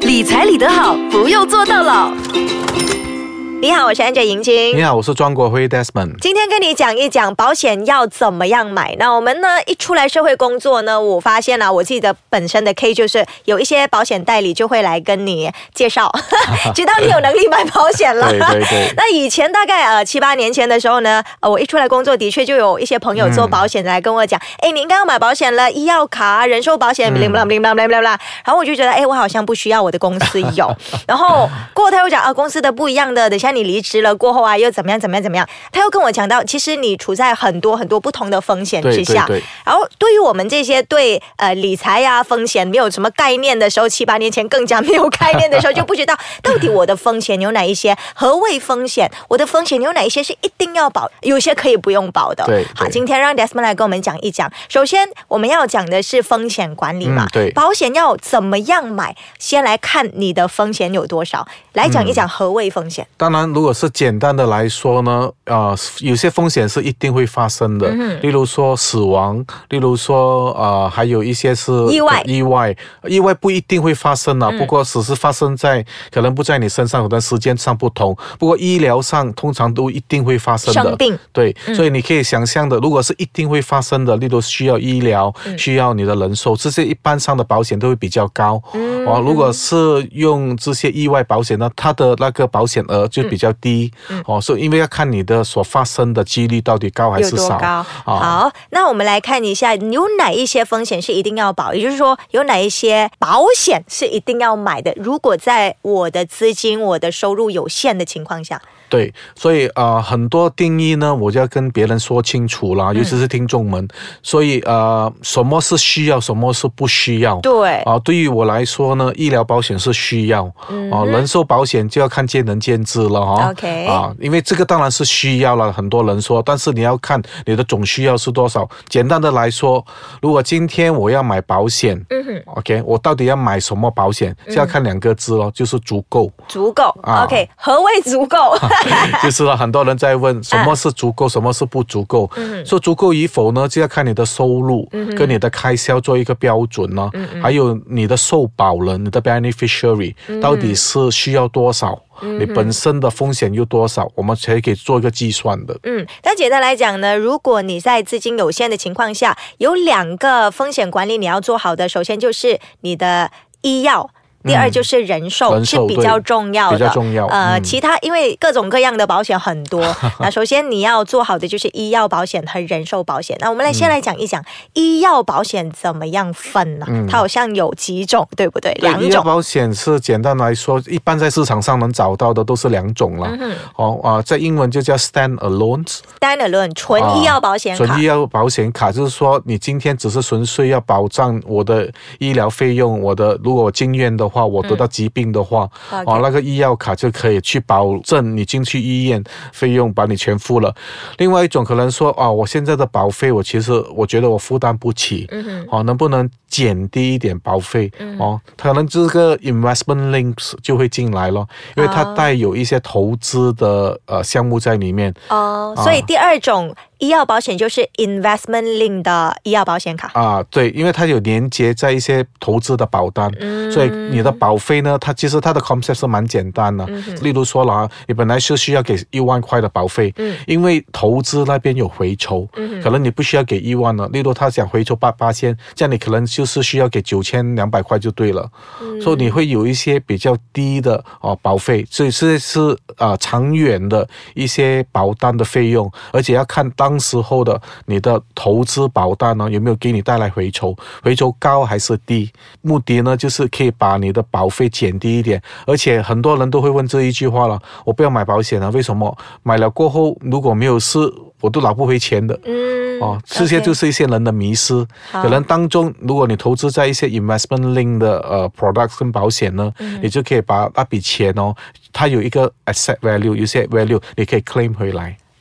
理财理得好，不用做到老。 你好，我是 Angel 银晶。 你好，我是庄国辉 Desmond。 今天跟你讲一讲保险要怎么样买。那我们呢一出来社会工作呢，我发现我自己的本身的 K 就是有一些保险代理就会来跟你介绍，直到你有能力买保险了。 对对对。 那以前大概7、8年前的时候呢，我一出来工作，的确就有一些朋友做保险来跟我讲，你应该要买保险了，医药卡、人寿保险，然后我就觉得，我好像不需要，我的公司有。然后过后他又讲公司的不一样的，等下你离职了过后又怎么样。他又跟我讲到，其实你处在很多不同的风险之下。 对。 然后对于我们这些对理财风险没有什么概念的时候，7、8年前更加没有概念的时候，就不知道到底我的风险有哪一些，何谓风险，我的风险有哪一些是一定要保，有些可以不用保的。 对。 好，今天让 Desmond 来跟我们讲一讲。首先我们要讲的是风险管理嘛。 对。 保险要怎么样买？先来看你的风险有多少，来讲一讲何谓风险。 当然，如果是简单的来说呢，有些风险是一定会发生的，例如说死亡，例如说还有一些是意外不一定会发生不过只是发生在可能不在你身上，可能时间上不同，不过医疗上通常都一定会发生的生病。 对，所以你可以想象的，如果是一定会发生的，例如需要医疗，需要你的人寿，这些一般上的保险都会比较高。如果是用这些意外保险呢，它的那个保险额就比较低。所以因为要看你的所发生的几率到底高还是少。 有多高？好，那我们来看一下有哪一些风险是一定要保，也就是说有哪一些保险是一定要买的，如果在我的资金我的收入有限的情况下。 对，所以很多定义呢，我就要跟别人说清楚啦，尤其是听众们。所以什么是需要，什么是不需要？ 对。 对于我来说呢，医疗保险是需要，人寿保险就要看见仁见智了 OK。 因为这个当然是需要了，很多人说，但是你要看你的总需要是多少。简单的来说，如果今天我要买保险，OK， 我到底要买什么保险？就要看2个字咯，就是足够。 足够。OK， 何谓足够？ 就是很多人在问什么是足够，什么是不足够。说足够与否呢，就要看你的收入跟你的开销做一个标准呢，还有你的受保人，你的 beneficiary 到底是需要多少，你本身的风险有多少，我们才可以做一个计算的。 但简单来讲呢，如果你在资金有限的情况下，有2个风险管理你要做好的，首先就是你的医药。第二就是人寿是比较重要的， 比较重要。 其他因为各种各样的保险很多，那首先你要做好的就是医药保险和人寿保险。那我们先来讲一讲医药保险怎么样分呢？它好像有几种，对不对？2种。 医药保险是简单来说，一般在市场上能找到的都是2种了。在英文就叫 stand alone。stand alone 纯医药保险卡。 纯医药保险卡就是说，你今天只是纯粹要保障我的医疗费用，如果我进院的话，我得到疾病的话，那个医药卡就可以去保证你进去医院费用把你全付了。另外一种可能说我现在的保费我觉得我负担不起，能不能减低一点保费？可能这个 investment links 就会进来咯，因为它带有一些投资的项目在里面。 所以第2种医药保险就是 investment link 的医药保险卡。 对，因为它有连接在一些投资的保单，所以你的保费呢，其实它的 concept 是蛮简单的。例如说了，你本来是需要给1万块的保费，因为投资那边有回酬，可能你不需要给1万了。例如他想回酬8%，这样你可能就是需要给9200块就对了。所以你会有一些比较低的保费，所以这是长远的一些保单的费用，而且要看当时候的你的投资保单呢有没有给你带来回酬，回酬高还是低。目的呢就是可以把你的保费减低一点。而且很多人都会问这一句话了，我不要买保险了，为什么？买了过后如果没有事我都拿不回钱的。这些就是一些人的迷思。可能当中如果你投资在一些 investment link 的products 跟保险呢，你就可以把那笔钱它有一个 asset value， 有些 value 你可以 claim 回来。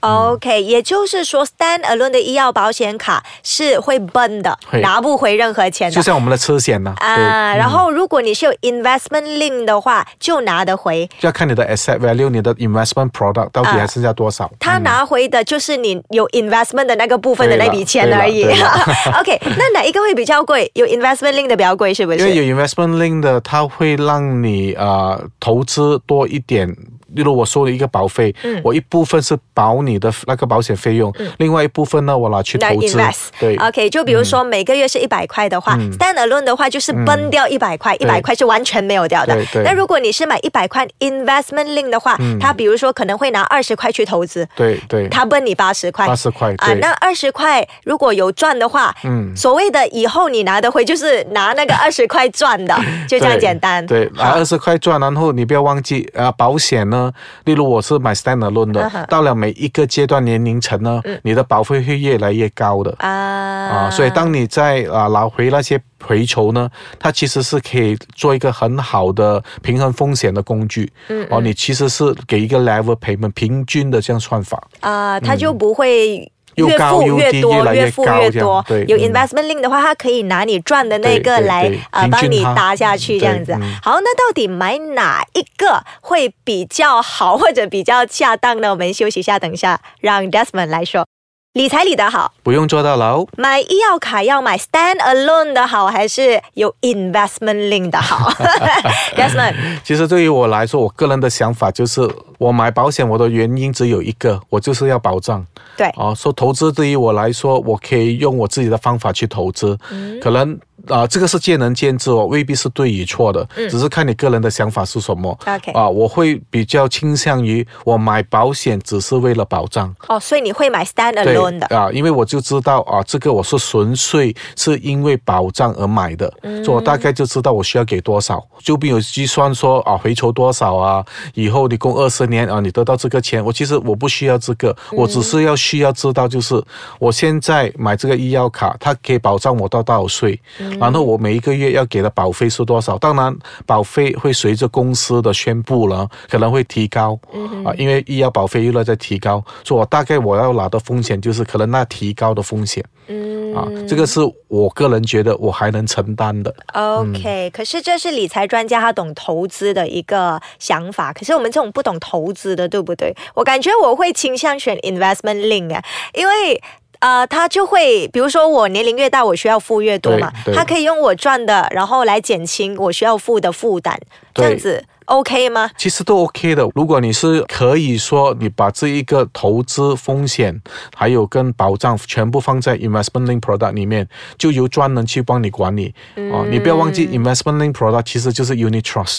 OK，也就是说 ，Stand-alone 的医药保险卡是会崩的，拿不回任何钱的， 就像我们的车险呐。 然后如果你是有 investment link 的话，就拿得回。 就要看你的 asset value， 你的 investment product 到底还剩下多少。 他拿回的就是你有 investment 的那个部分的那笔钱而已。OK， 那哪一个会比较贵？有 investment link 的比较贵，是不是？ 因为有 investment link 的，它会让你投资多一点。例如我收了一个保费，我一部分是保你的那个保险费用，另外一部分呢我拿去投资。 对 ，OK， 就比如说每个月是100块的话，Stand-alone 的话就是崩掉100块，100块是完全没有掉的。那如果你是买100块 investment link 的话，他比如说可能会拿20块去投资， 对， 他崩你80块 ，80块那20块如果有赚的话，所谓的以后你拿得回就是拿那个20块赚的，就这样简单。 对，拿20块赚，然后你不要忘记保险呢。例如我是买 Stand-alone 的，到了每一个阶段年龄层呢，你的保费会越来越高的所以当你在拿回那些回酬呢，它其实是可以做一个很好的平衡风险的工具。你其实是给一个 level payment 平均的这样算法它就不会。越付越多，越付越多。有 investment link 的话，它可以拿你赚的那个来帮你搭下去这样子。好，那到底买哪一个会比较好或者比较恰当呢？我们休息一下，等一下让 Desmond 来说。理财理得好， 不用坐到牢。 买医药卡要买 Stand-alone 的好，还是有 investment link 的好？Desmond， 其实对于我来说，我个人的想法就是，我买保险我的原因只有一个，我就是要保障。 对， 说投资对于我来说，我可以用我自己的方法去投资，可能。这个是见仁见智未必是对与错的，只是看你个人的想法是什么。我会比较倾向于我买保险只是为了保障。 所以你会买 Stand-alone 的。 因为我就知道这个我是纯粹是因为保障而买的，所以我大概就知道我需要给多少，就并有计算说回酬多少以后你供20年你得到这个钱，其实我不需要这个，我只是需要知道就是我现在买这个医药卡，它可以保障我到多少岁。然后我每一个月要给的保费是多少？当然，保费会随着公司的宣布了，可能会提高因为医药保费越来越在提高，所以我要拿的风险就是可能那提高的风险。这个是我个人觉得我还能承担的。 OK，可是这是理财专家他懂投资的一个想法，可是我们这种不懂投资的，对不对？我感觉我会倾向选 investment link 因为。他就会，比如说我年龄越大，我需要付越多嘛，他可以用我赚的，然后来减轻我需要付的负担，这样子。OK 吗？ 其实都 OK 的。如果你是可以说你把这一个投资风险还有跟保障全部放在 investment link product 里面，就由专人去帮你管理。你不要忘记 investment link product 其实就是 unit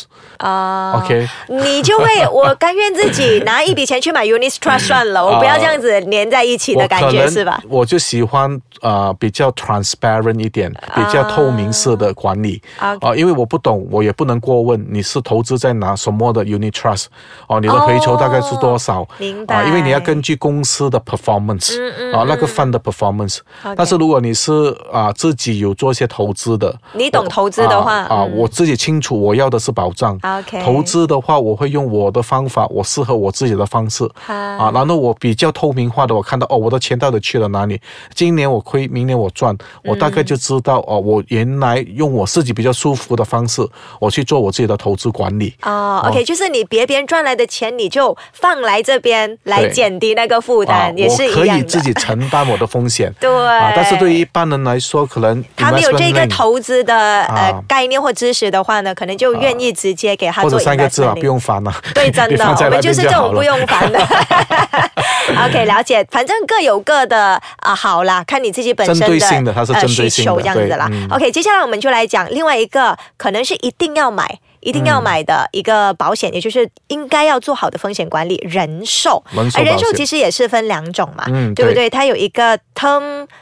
trust。OK， 你就会我甘愿自己拿一笔钱去买 unit trust 算了，我不要这样子连在一起的感觉是吧？ 我就喜欢比较 transparent 一点，比较透明式的管理。因为我不懂，我也不能过问你是投资在拿什么的 unit trust 你的回酬大概是多少？ 明白。 因为你要根据公司的 performance 那个 fund 的 performance。但是如果你是自己有做一些投资的， 你懂投资的话我自己清楚我要的是保障。投资的话，我会用我的方法，我适合我自己的方式然后我比较透明化的，我看到我的钱到底去了哪里？今年我亏，明年我赚，我大概就知道我原来用我自己比较舒服的方式，我去做我自己的投资管理。 OK， 就是你别人赚来的钱，你就放来这边来减低那个负担，也是一样的。 我可以自己承担我的风险。 对但是对于一般人来说，可能他没有这个投资的概念或知识的话呢，可能就愿意直接给他做 investment link。 或者3个字不用烦了。 对，真的，我们就是这种不用烦的。OK， 了解，反正各有各的好啦，看你自己本身的针对性的，它是针对性的需求这样子啦。OK， 接下来我们就来讲另外一个可能是一定要买的一个保险，也就是应该要做好的风险管理，人寿。人寿其实也是分2种嘛，对不对？它有一个 term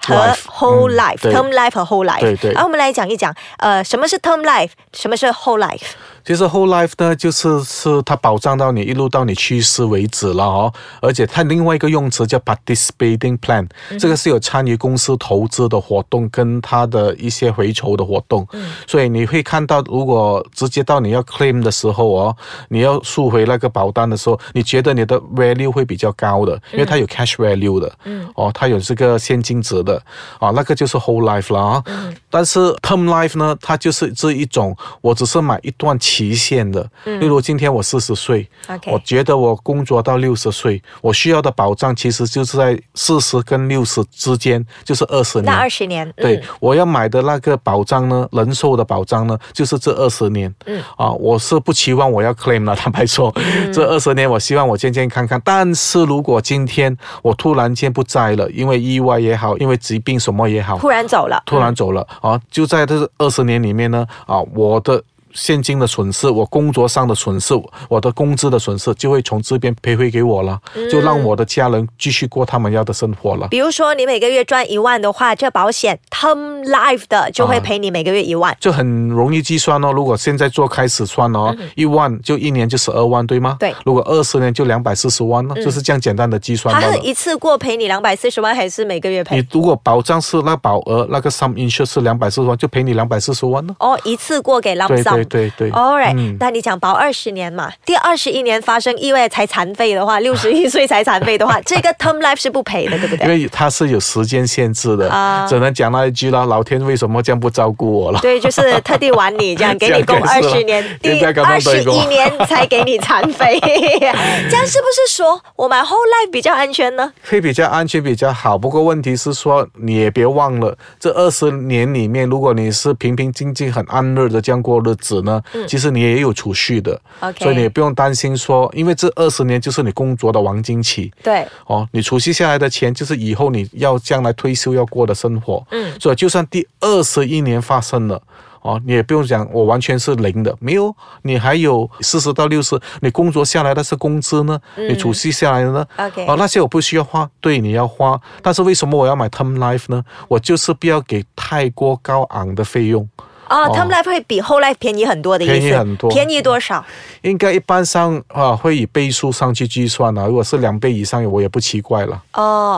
和 whole life，term life 和 whole life。 对。 然后我们来讲一讲，什么是 term life， 什么是 whole life？ 其实 whole life 呢，就是它保障到你一路到你去世为止了哦。而且它另外一个用词叫 participating plan，这个是有参与公司投资的活动跟它的一些回酬的活动。所以你会看到，如果直接到你要 claim 的时候哦，你要赎回那个保单的时候，你觉得你的 value 会比较高的，因为它有 cash value 的，它有这个现金值的那个就是 whole life 了啊。但是 term life 呢，它就是这一种，我只是买一段期限的。例如今天我40岁，我觉得我工作到60岁，我需要的保障其实就是在40跟60之间，就是20年。 那20年， 对，我要买的那个保障呢，人寿的保障呢，就是这20年。我是不期望我要 claim 了，坦白说，这20年我希望我健健康康。但是如果今天我突然间不在了，因为意外也好，因为疾病什么也好， 突然走了， 就在这20年里面呢，我的现金的损失，我工作上的损失，我的工资的损失就会从这边赔回给我了，就让我的家人继续过他们要的生活了。 比如说你每个月赚1万的话，这保险 term life 的就会赔你每个月1万， 就很容易计算哦。如果现在开始算哦，1万就1年就12万，对吗？ 对。 如果20年就240万呢，就是这样简单的计算。 它是一次过赔你240万，还是每个月赔？ 你如果保障是那保额那个 sum insured 是240万，就赔你240万呢。 一次过给 lump sum。 对。 Alright，那你讲保20年嘛，第21年发生意外才残废的话，61岁才残废的话，这个 term life 是不赔的，对不对？ 因为它是有时间限制的，只能讲那一句了，老天为什么这样不照顾我了？ 对，就是特地玩你这样，给你供20年，第21年才给你残废，这样是不是说我买 whole life 比较安全呢？ 会比较安全比较好，不过问题是说你也别忘了，这20年里面，如果你是平平静静很安乐的这样过日子呢，其实你也有储蓄的，所以你也不用担心说，因为这20年就是你工作的黄金期， 对， 你储蓄下来的钱就是以后你要将来退休要过的生活，所以就算第21年发生了。你也不用讲我完全是零的，没有，你还有40到60，你工作下来的是工资呢，你储蓄下来的呢，那些我不需要花，对，你要花，但是为什么我要买 term life 呢？我就是不要给太过高昂的费用。 term life 会比 whole life 便宜很多的意思， 便宜很多， 便宜多少？ 应该一般上会以倍数上去计算如果是2倍以上，我也不奇怪了。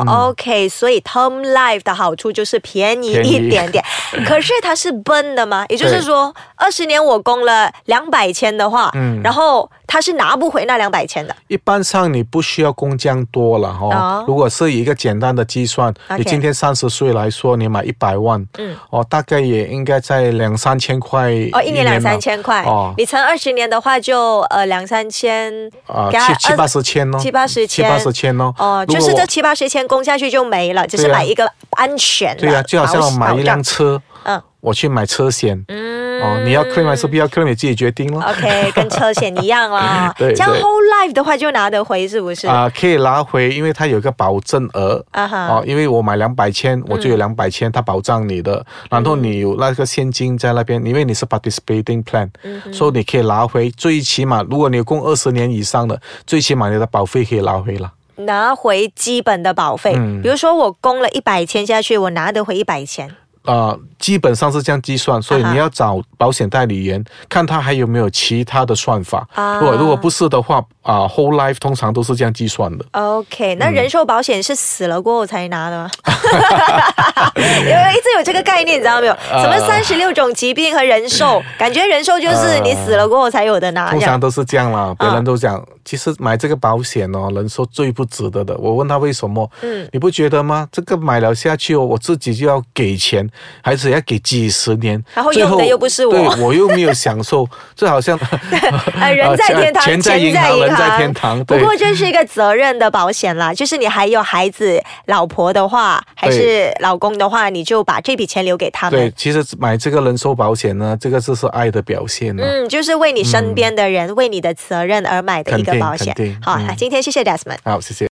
OK， 所以 term life 的好处就是便宜一点点，可是它是奔的吗？也就是说，20年我供了200千的话，然后它是拿不回那200千的。 一般上你不需要供这样多了如果是以一个简单的计算，你今天30岁来说，你买100万，大概也应该在2-3千块， 一年2-3千块，你乘20年的话就2-3千 ，7-80千7-80千就是这7-80千供下去就没了，只是买一个安全的， 对就好像我买一辆车，我去买车险，你要 claim 还是不要 claim，你自己决定了。 OK， 跟车险一样啦。这样 whole life 的话就拿得回，是不是？ 可以拿回，因为它有一个保证额。因为我买200千，我就有200千，它保障你的。然后你有那个现金在那边，因为你是 participating plan，所以你可以拿回。最起码，如果你有供20年以上的，最起码你的保费可以拿回了。 拿回基本的保费，比如说我供了100千下去，我拿得回100千。 基本上是这样计算，所以你要找保险代理人，看他还有没有其他的算法。如果不是的话，whole life 通常都是这样计算的。 OK， 那人寿保险是死了过后才拿的吗？因为一直有这个概念，你知道没有？什么36种疾病和人寿，感觉人寿就是你死了过后才有的拿。 通常都是这样啦，别人都讲，其实买这个保险人寿最不值得的。我问他为什么，你不觉得吗？这个买了下去我自己就要给钱，还是要给几十年， 然后用的又不是我， 对，我又没有享受，这好像人在天堂， 钱在银行，人在天堂。 不过这是一个责任的保险啦，就是你还有孩子、老婆的话，还是老公的话，你就把这笔钱留给他们。 对，其实买这个人寿保险呢，这个就是爱的表现就是为你身边的人、为你的责任而买的一个保险。 肯定。 好，今天谢谢 Desmond。 好，谢谢。